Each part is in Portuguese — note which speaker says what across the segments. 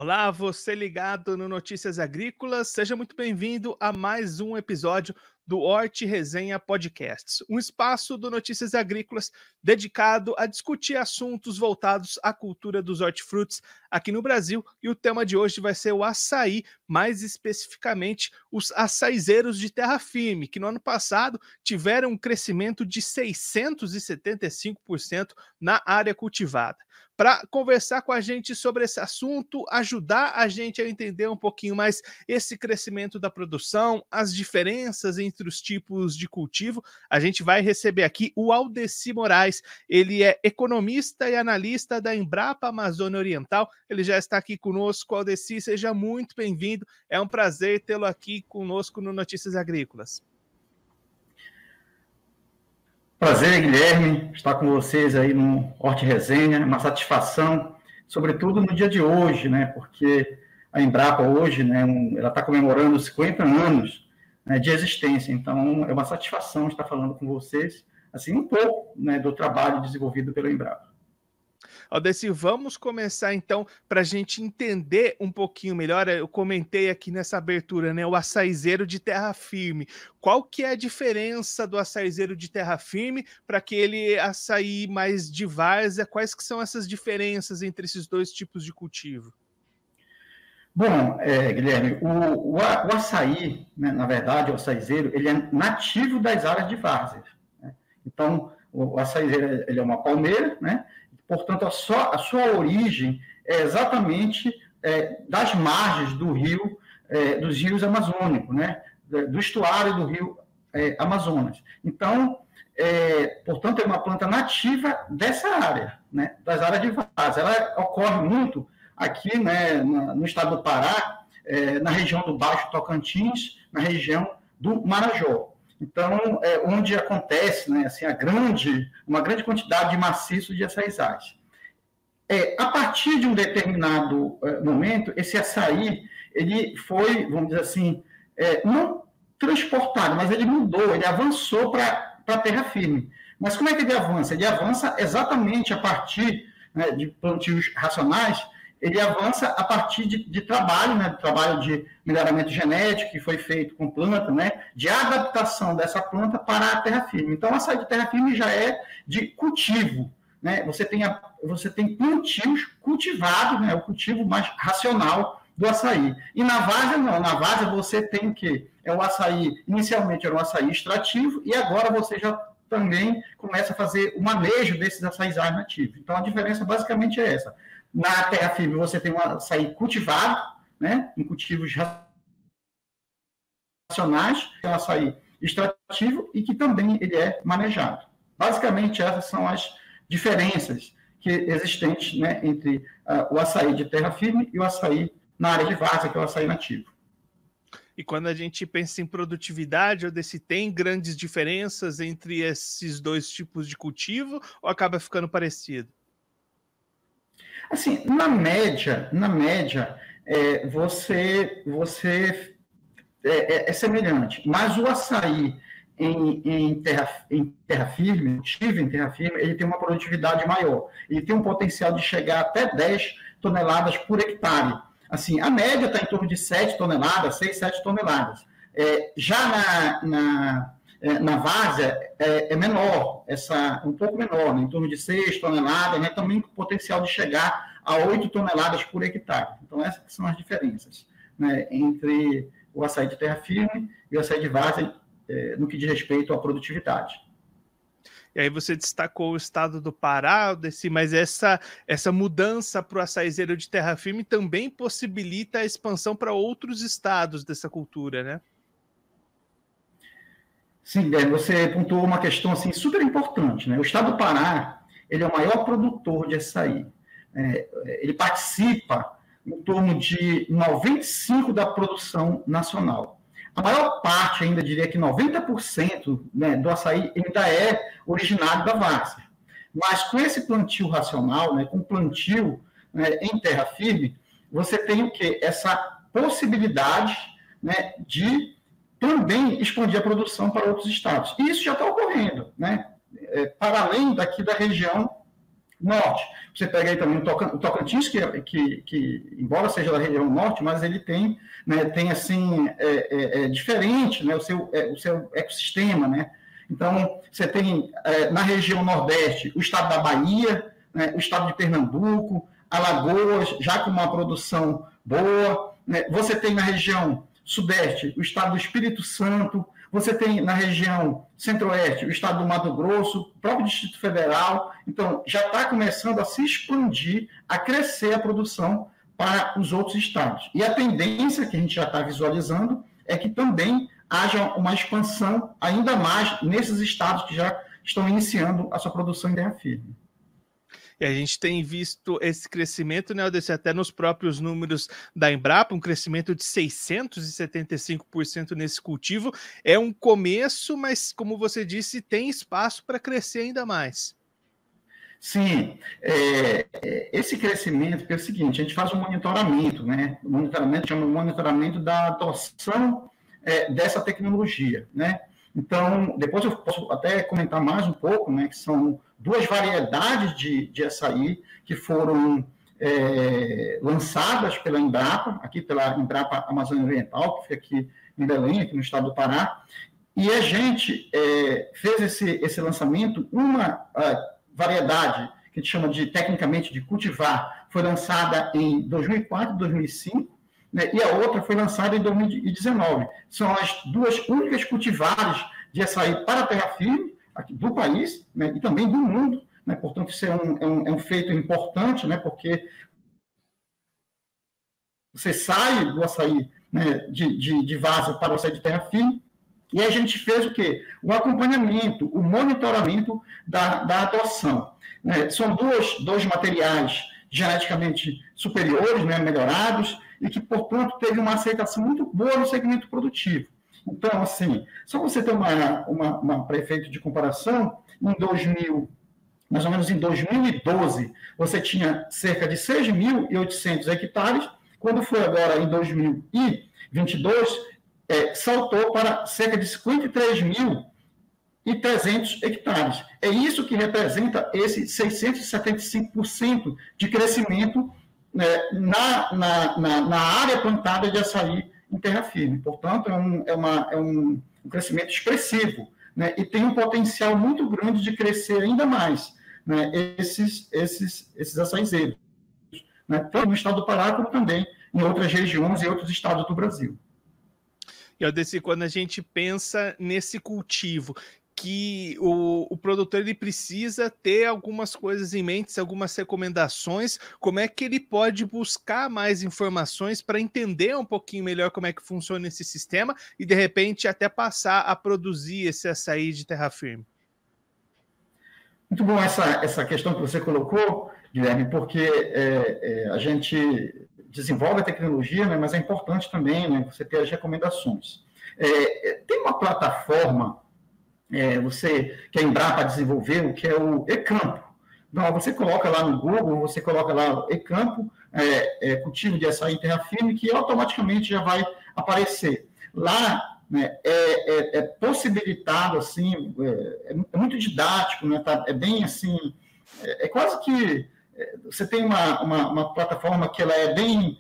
Speaker 1: Olá, você ligado no Notícias Agrícolas, seja muito bem-vindo a mais um episódio do Horti Resenha Podcasts, um espaço do Notícias Agrícolas dedicado a discutir assuntos voltados à cultura dos hortifrutis aqui no Brasil, e o tema de hoje vai ser o açaí, mais especificamente os açaizeiros de terra firme, que no ano passado tiveram um crescimento de 675% na área cultivada. Para conversar com a gente sobre esse assunto, ajudar a gente a entender um pouquinho mais esse crescimento da produção, as diferenças entre os tipos de cultivo, a gente vai receber aqui o Aldeci Moraes. Ele é economista e analista da Embrapa Amazônia Oriental. Ele já está aqui conosco. Aldeci, seja muito bem-vindo. É um prazer tê-lo aqui conosco no Notícias Agrícolas.
Speaker 2: Prazer, Guilherme, estar com vocês aí no Horti Resenha, uma satisfação, sobretudo no dia de hoje, né, porque a Embrapa hoje, né, ela está comemorando 50 anos, né, de existência, então é uma satisfação estar falando com vocês, assim, um pouco, né, do trabalho desenvolvido pela Embrapa.
Speaker 1: Aldeci, vamos começar então para a gente entender um pouquinho melhor. Eu comentei aqui nessa abertura, né, o açaizeiro de terra firme. Qual que é a diferença do açaizeiro de terra firme para aquele açaí mais de várzea? Quais que são essas diferenças entre esses dois tipos de cultivo?
Speaker 2: Bom, Guilherme, o açaí, né, na verdade, o açaizeiro, ele é nativo das áreas de várzea, né? Então, o açaizeiro ele é uma palmeira, né? Portanto, a sua origem é exatamente das margens do rio, dos rios amazônicos, né? Do estuário do rio Amazonas. Então, portanto, é uma planta nativa dessa área, né? Das áreas de várzea. Ela ocorre muito aqui, né, no estado do Pará, na região do Baixo Tocantins, na região do Marajó. Então, onde acontece, né, assim, uma grande quantidade de maciços de açaizais. A partir de um determinado momento, esse açaí, ele foi, vamos dizer assim, não transportado, mas ele mudou, ele avançou para a terra firme. Mas como é que ele avança? Ele avança exatamente a partir, né, de plantios racionais. Ele avança a partir de trabalho, né, de trabalho de melhoramento genético que foi feito com planta, né, de adaptação dessa planta para a terra firme. Então, a açaí de terra firme já é de cultivo, né? Você tem plantios cultivados, né, o cultivo mais racional do açaí. E na várzea, não. Na várzea você tem o quê? O açaí, inicialmente era um açaí extrativo, e agora você já também começa a fazer o manejo desses açaizais nativos. Então, a diferença basicamente é essa. Na terra firme, você tem um açaí cultivado, né, em cultivos racionais, é um açaí extrativo e que também ele é manejado. Basicamente, essas são as diferenças existentes, né, entre o açaí de terra firme e o açaí na área de várzea, que é o açaí nativo.
Speaker 1: E quando a gente pensa em produtividade, Aldeci, tem grandes diferenças entre esses dois tipos de cultivo ou acaba ficando parecido?
Speaker 2: Assim, na média, você é semelhante, mas o açaí em terra firme, cultivo em terra firme, ele tem uma produtividade maior, ele tem um potencial de chegar até 10 toneladas por hectare. Assim, a média está em torno de 7 toneladas, 6, 7 toneladas. Já na várzea é menor, um pouco menor, né, em torno de 6 toneladas, né, também com potencial de chegar a 8 toneladas por hectare. Então, essas são as diferenças, né, entre o açaí de terra firme e o açaí de várzea, no que diz respeito à produtividade.
Speaker 1: E aí você destacou o estado do Pará, Aldeci, mas essa mudança para o açaizeiro de terra firme também possibilita a expansão para outros estados dessa cultura, né?
Speaker 2: Sim, você pontuou uma questão assim, super importante, né? O estado do Pará, ele é o maior produtor de açaí. Ele participa em torno de 95% da produção nacional. A maior parte, ainda diria que 90%, né, do açaí ainda é originário da várzea. Mas com esse plantio racional, né, com plantio, né, em terra firme, você tem o quê? Essa possibilidade, né, de também expandir a produção para outros estados. E isso já está ocorrendo, né? Para além daqui da região Norte. Você pega aí também o Tocantins, que embora seja da região norte, mas ele tem, né, tem assim, diferente, né, o seu ecossistema, né? Então, você tem na região nordeste o estado da Bahia, né, o estado de Pernambuco, Alagoas, já com uma produção boa, né? Você tem na região sudeste o estado do Espírito Santo, você tem na região centro-oeste o estado do Mato Grosso, o próprio Distrito Federal. Então, já está começando a se expandir, a crescer a produção para os outros estados. E a tendência que a gente já está visualizando é que também haja uma expansão ainda mais nesses estados que já estão iniciando a sua produção em terra firme.
Speaker 1: E a gente tem visto esse crescimento, né, Aldeci, até nos próprios números da Embrapa, um crescimento de 675% nesse cultivo. É um começo, mas, como você disse, tem espaço para crescer ainda mais.
Speaker 2: Sim, esse crescimento, é o seguinte, a gente faz um monitoramento, né? O monitoramento chama monitoramento da adoção dessa tecnologia, né? Então, depois eu posso até comentar mais um pouco, né, que são duas variedades de açaí que foram lançadas pela Embrapa, aqui pela Embrapa Amazônia Oriental, que fica aqui em Belém, aqui no estado do Pará, e a gente fez esse lançamento, uma variedade que a gente chama tecnicamente de cultivar, foi lançada em 2004 e 2005, né, e a outra foi lançada em 2019. São as duas únicas cultivares de açaí para a terra firme aqui do país, né, e também do mundo, né, portanto, isso é um feito importante, né, porque você sai do açaí, né, de várzea para o açaí de terra firme, e a gente fez o quê? O acompanhamento, o monitoramento da adoção. Né? São dois materiais geneticamente superiores, né, melhorados, e que, portanto, teve uma aceitação muito boa no segmento produtivo. Então, assim, só você ter para efeito de comparação, mais ou menos em 2012, você tinha cerca de 6.800 hectares, quando foi agora em 2022, saltou para cerca de 53.300 hectares. É isso que representa esse 675% de crescimento, né, na área plantada de açaí em terra firme. Portanto, é um crescimento expressivo, né, e tem um potencial muito grande de crescer ainda mais, né, esses açaizeiros, né, tanto no estado do Pará como também em outras regiões e outros estados do Brasil.
Speaker 1: E, Aldeci, quando a gente pensa nesse cultivo, que o produtor ele precisa ter algumas coisas em mente, algumas recomendações, como é que ele pode buscar mais informações para entender um pouquinho melhor como é que funciona esse sistema e, de repente, até passar a produzir esse açaí de terra firme?
Speaker 2: Muito bom essa questão que você colocou, Guilherme, porque a gente desenvolve a tecnologia, né, mas é importante também, né, você ter as recomendações. Tem uma plataforma que a Embrapa desenvolveu, que é o eCampo. Então, você coloca lá no Google, você coloca lá eCampo, cultivo de açaí em terra firme, que automaticamente já vai aparecer. Lá, né, possibilitado, assim, é muito didático, né, é bem assim, é quase que você tem uma plataforma que ela é bem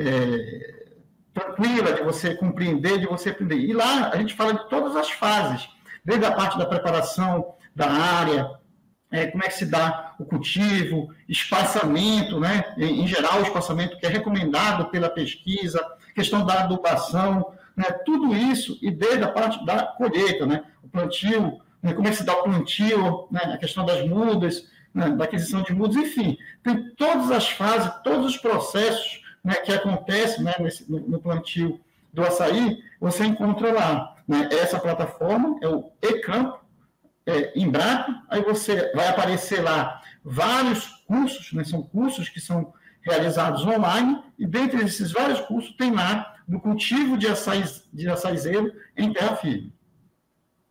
Speaker 2: tranquila de você compreender, de você aprender. E lá a gente fala de todas as fases, desde a parte da preparação da área, como é que se dá o cultivo, espaçamento, né? Em geral, o espaçamento que é recomendado pela pesquisa, questão da adubação, né? Tudo isso, e desde a parte da colheita, né? O plantio, né? Como é que se dá o plantio, né? A questão das mudas, né? Da aquisição de mudas, enfim, tem todas as fases, todos os processos, né? Que acontecem, né? No plantio do açaí, você encontra lá, né? Essa plataforma é o eCampo, Embrapa, aí você vai aparecer lá vários cursos, né? São cursos que são realizados online, e dentre esses vários cursos tem lá do cultivo de açaizeiro em terra firme.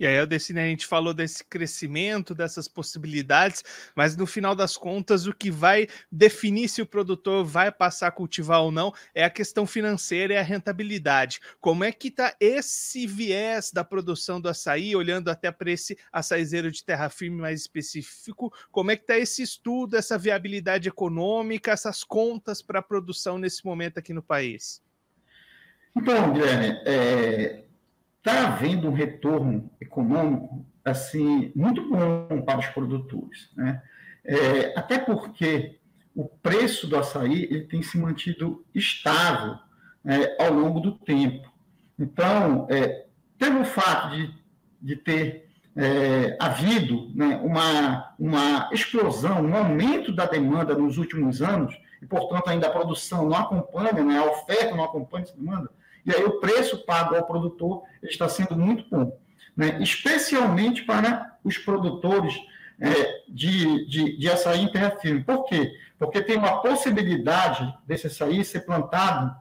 Speaker 1: E aí, Aldeci, né, a gente falou desse crescimento, dessas possibilidades, mas no final das contas, o que vai definir se o produtor vai passar a cultivar ou não é a questão financeira e a rentabilidade. Como é que está esse viés da produção do açaí, olhando até para esse açaizeiro de terra firme mais específico, como é que está esse estudo, essa viabilidade econômica, essas contas para a produção nesse momento aqui no país?
Speaker 2: Então, Guilherme, está havendo um retorno econômico assim muito bom para os produtores, né? Até porque o preço do açaí ele tem se mantido estável, ao longo do tempo. Então, pelo fato de ter havido, né, uma explosão, um aumento da demanda nos últimos anos, e, portanto, ainda a produção não acompanha, né, a oferta não acompanha essa demanda, e aí o preço pago ao produtor está sendo muito bom, né? Especialmente para os produtores de açaí em terra firme. Por quê? Porque tem uma possibilidade desse açaí ser plantado,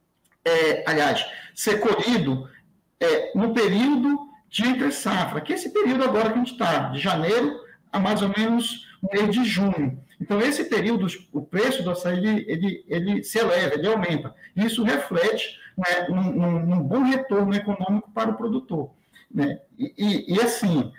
Speaker 2: ser colhido no período de entre safra, que é esse período agora que a gente está, de janeiro a mais ou menos o mês de junho. Então, esse período, o preço do açaí, ele se eleva, ele aumenta. Isso reflete, né, num bom retorno econômico para o produtor, né? E assim,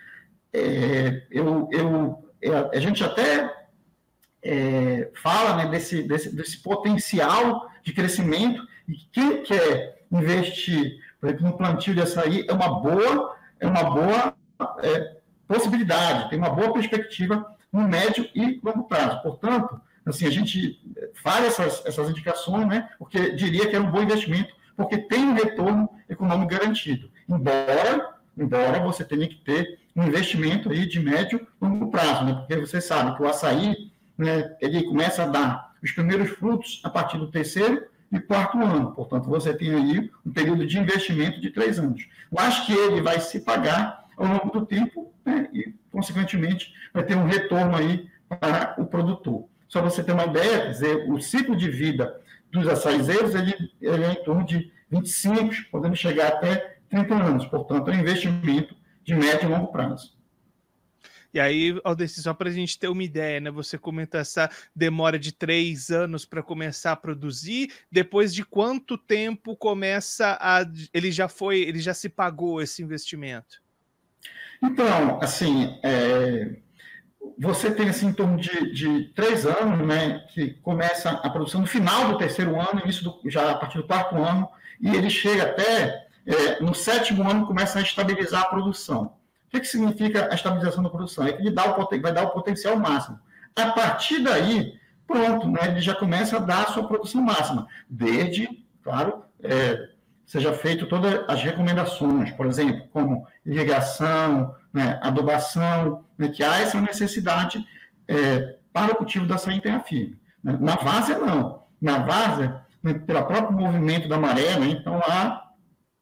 Speaker 2: a gente até fala, né, desse potencial de crescimento, e quem quer investir, por exemplo, no plantio de açaí é uma boa possibilidade, tem uma boa perspectiva no médio e longo prazo. Portanto, assim, a gente faz essas indicações, né, porque diria que é um bom investimento, porque tem um retorno econômico garantido, embora você tenha que ter um investimento aí de médio e longo prazo, né, porque você sabe que o açaí, né, ele começa a dar os primeiros frutos a partir do terceiro e quarto ano. Portanto, você tem aí um período de investimento de 3 anos. Mas que ele vai se pagar ao longo do tempo, né, e, consequentemente, vai ter um retorno aí para o produtor. Só para você ter uma ideia, quer dizer, o ciclo de vida dos açaizeiros ele é em torno de 25, podendo chegar até 30 anos. Portanto, é um investimento de médio e longo prazo.
Speaker 1: E aí, Aldeci, só para a gente ter uma ideia, né? Você comentou essa demora de 3 anos para começar a produzir. Depois de quanto tempo começa a... Ele já se pagou esse investimento?
Speaker 2: Então, assim, você tem assim, em torno de 3 anos, né? Que começa a produção no final do terceiro ano, já a partir do quarto ano, e ele chega até no 7º ano começa a estabilizar a produção. O que significa a estabilização da produção? É que ele vai dar o potencial máximo. A partir daí, pronto, né, ele já começa a dar a sua produção máxima, desde, claro, seja feito todas as recomendações, por exemplo, como irrigação, né, adubação, né, que há essa necessidade para o cultivo da açaí em terra firme. Na várzea, não. Na várzea, né, pelo próprio movimento da maré, né, então lá,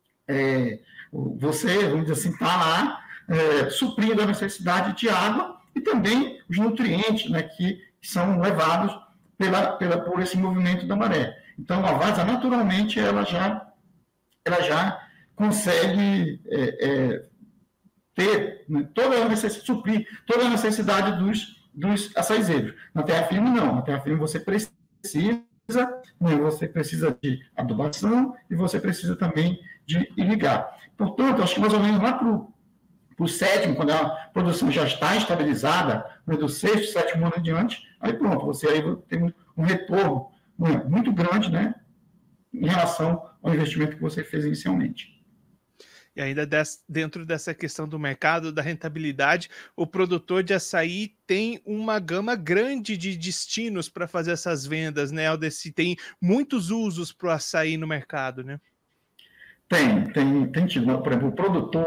Speaker 2: você, vamos dizer assim, está lá, suprindo a necessidade de água e também os nutrientes, né, que são levados por esse movimento da maré. Então, a várzea, naturalmente, ela já consegue ter, né, suprir toda a necessidade dos açaizeiros. Na terra firme, não. Na terra firme, você precisa de adubação e você precisa também de irrigar. Portanto, acho que mais ou menos lá para o 7º, quando a produção já está estabilizada, do 6º, 7º ano adiante, aí pronto, você aí tem um retorno, né, muito grande, né, em relação ao investimento que você fez inicialmente.
Speaker 1: E ainda dentro dessa questão do mercado, da rentabilidade, o produtor de açaí tem uma gama grande de destinos para fazer essas vendas, né, Aldeci? Tem muitos usos para o açaí no mercado, né? Tem tido. Por exemplo, o produtor,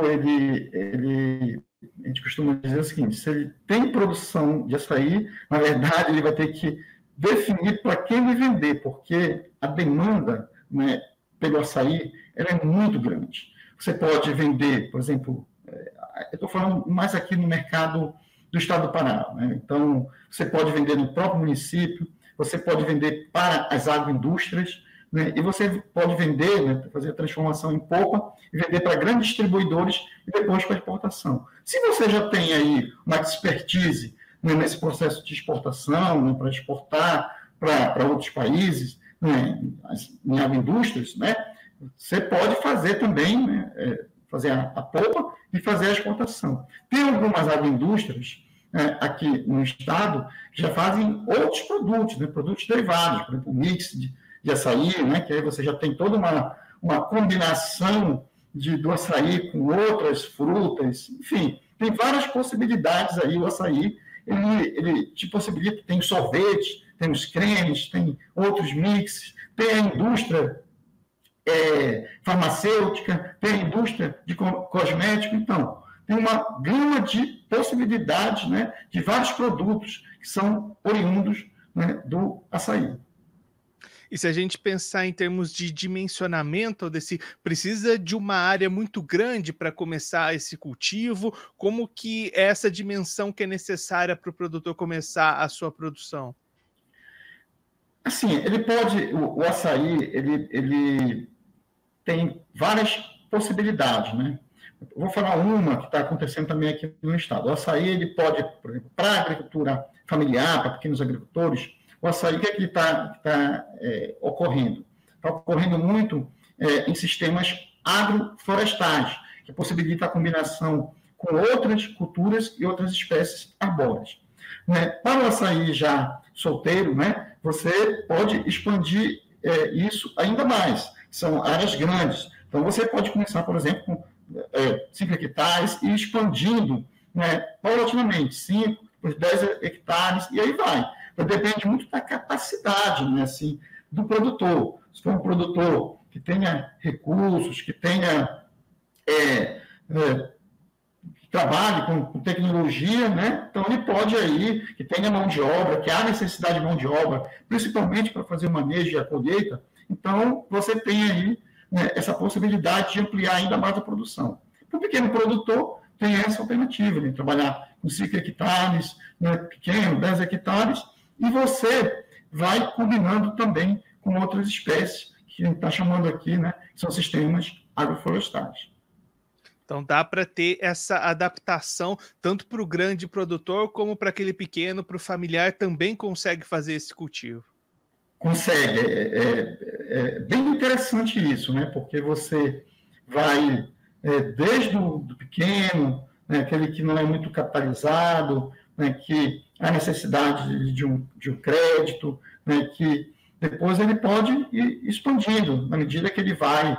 Speaker 1: a gente costuma dizer o seguinte: se ele tem produção de açaí, na verdade, ele vai ter que definir para quem ele vender, porque a demanda, né, pelo açaí ela é muito grande. Você pode vender, por exemplo, eu estou falando mais aqui no mercado do estado do Pará, né? Então, você pode vender no próprio município, você pode vender para as agroindústrias,
Speaker 2: né, e você pode vender, né, fazer a transformação em polpa e vender para grandes distribuidores e depois para exportação. Se você já tem aí uma expertise, né, nesse processo de exportação, né, para exportar para outros países, né, em agroindústrias, né, você pode fazer também, né, fazer a polpa e fazer a exportação. Tem algumas agroindústrias aqui no estado que já fazem outros produtos, né, produtos derivados, por exemplo, mix de açaí, né, que aí você já tem toda uma combinação do açaí com outras frutas, enfim, tem várias possibilidades aí. O açaí, ele te possibilita, tem sorvete, tem os cremes, tem outros mixes, tem a indústria farmacêutica, tem a indústria de cosmético. Então, tem uma gama de possibilidades, né, de vários produtos que são oriundos, né, do açaí.
Speaker 1: E se a gente pensar em termos de dimensionamento precisa de uma área muito grande para começar esse cultivo? Como que é essa dimensão que é necessária para o produtor começar a sua produção?
Speaker 2: Assim, o açaí, ele tem várias possibilidades, né? Vou falar uma que está acontecendo também aqui no estado. O açaí, ele pode, por exemplo, para a agricultura familiar, para pequenos agricultores, o açaí, o que é que está ocorrendo? Está ocorrendo muito em sistemas agroflorestais, que possibilita a combinação com outras culturas e outras espécies arbóreas. Né? Para o açaí já solteiro, né, você pode expandir isso ainda mais. São áreas grandes. Então, você pode começar, por exemplo, com 5 hectares e expandindo, né, paulatinamente, 5, 10 hectares, e aí vai. Então, depende muito da capacidade, né, assim, do produtor. Se for um produtor que tenha recursos, que tenha que trabalhe com tecnologia, né, então ele pode aí, que tenha mão de obra, que há necessidade de mão de obra, principalmente para fazer o manejo e a colheita, então você tem aí, né, essa possibilidade de ampliar ainda mais a produção. Para o pequeno produtor, tem essa alternativa, né, trabalhar com 5 hectares, né, pequeno, 10 hectares, e você vai combinando também com outras espécies, que a gente está chamando aqui, né, que são sistemas agroflorestais.
Speaker 1: Então dá para ter essa adaptação tanto para o grande produtor como para aquele pequeno, para o familiar também consegue fazer esse cultivo.
Speaker 2: Consegue. É bem interessante isso, né? Porque você vai desde do pequeno, né, aquele que não é muito capitalizado, né, que há necessidade de um crédito, né, que depois ele pode ir expandindo, na medida que ele vai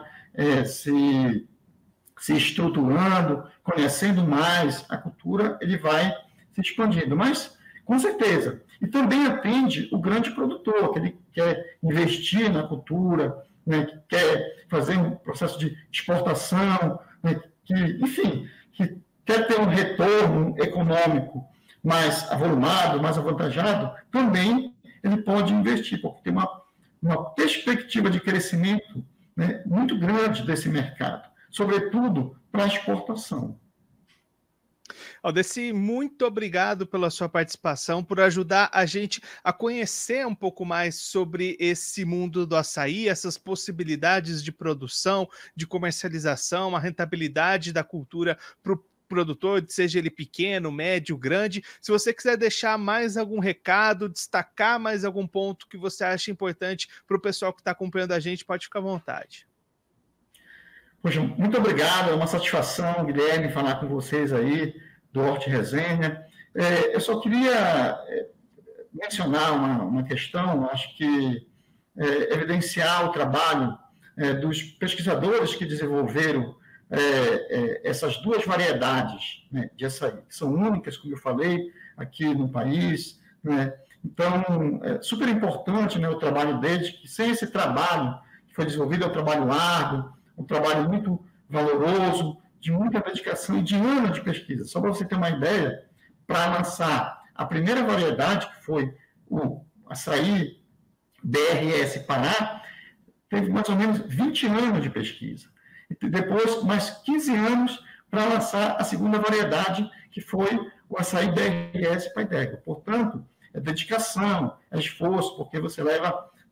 Speaker 2: se estruturando, conhecendo mais a cultura, ele vai se expandindo. Mas, com certeza. E também atende o grande produtor, aquele que quer investir na cultura, né, que quer fazer um processo de exportação, né, enfim, que quer ter um retorno econômico mais avolumado, mais avantajado, também ele pode investir, porque tem uma perspectiva de crescimento, né, muito grande desse mercado, sobretudo para a exportação.
Speaker 1: Aldeci, muito obrigado pela sua participação, por ajudar a gente a conhecer um pouco mais sobre esse mundo do açaí, essas possibilidades de produção, de comercialização, a rentabilidade da cultura para o produtor, seja ele pequeno, médio, grande. Se você quiser deixar mais algum recado, destacar mais algum ponto que você acha importante para o pessoal que está acompanhando a gente, pode ficar à vontade.
Speaker 2: Poxa, muito obrigado, é uma satisfação, Guilherme, falar com vocês aí do Hort Resenha. Eu só queria mencionar uma questão, acho que evidenciar o trabalho dos pesquisadores que desenvolveram essas duas variedades, né, de açaí, que são únicas, como eu falei, aqui no país, né? Então, é super importante, né, o trabalho deles, que sem esse trabalho que foi desenvolvido, é um trabalho árduo, um trabalho muito valoroso, de muita dedicação e de anos de pesquisa. Só para você ter uma ideia, para lançar a primeira variedade, que foi o açaí DRS Pará, teve mais ou menos 20 anos de pesquisa. E depois, mais 15 anos para lançar a segunda variedade, que foi o açaí DRS Pai d'Égua. Portanto, é dedicação, é esforço, porque você leva,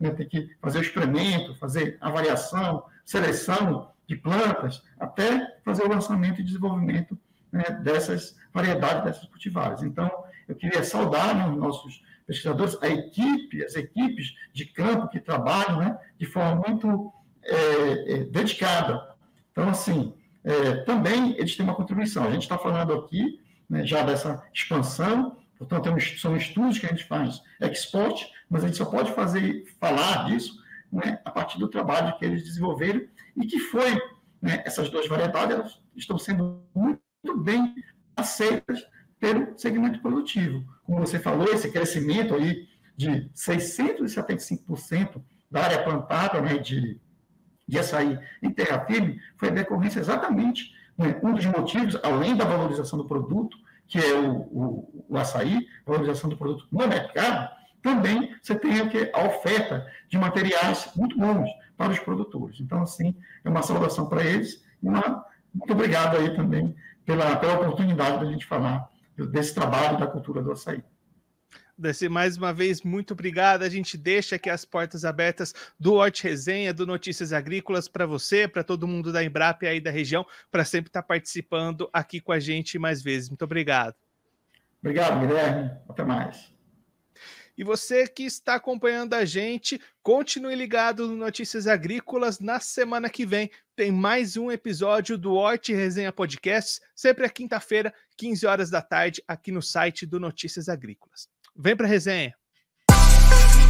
Speaker 2: né, tem que fazer o experimento, fazer avaliação, seleção de plantas, até fazer o lançamento e desenvolvimento, né, dessas variedades, dessas cultivares. Então, eu queria saudar, né, os nossos pesquisadores, as equipes de campo que trabalham, né, de forma muito dedicada. Então, assim, também eles têm uma contribuição. A gente está falando aqui, né, já dessa expansão, portanto, são estudos que a gente faz export, mas a gente só pode falar disso, né, a partir do trabalho que eles desenvolveram e que foi, né, essas duas variedades, elas estão sendo muito bem aceitas pelo segmento produtivo. Como você falou, esse crescimento aí de 675% da área plantada, né, de açaí em terra firme, foi a decorrência exatamente, né, um dos motivos, além da valorização do produto, que é o açaí, valorização do produto no mercado, também você tem a oferta de materiais muito bons para os produtores. Então, assim, é uma saudação para eles e muito obrigado aí também pela oportunidade da gente falar desse trabalho da cultura do açaí.
Speaker 1: Desse, mais uma vez, muito obrigado. A gente deixa aqui as portas abertas do Horti Resenha, do Notícias Agrícolas, para você, para todo mundo da Embrapa e aí da região, para sempre estar participando aqui com a gente mais vezes. Muito obrigado.
Speaker 2: Obrigado, Guilherme. Até mais.
Speaker 1: E você que está acompanhando a gente, continue ligado no Notícias Agrícolas. Na semana que vem tem mais um episódio do Horti Resenha Podcast, sempre à quinta-feira, 15 horas da tarde, aqui no site do Notícias Agrícolas. Vem para a resenha!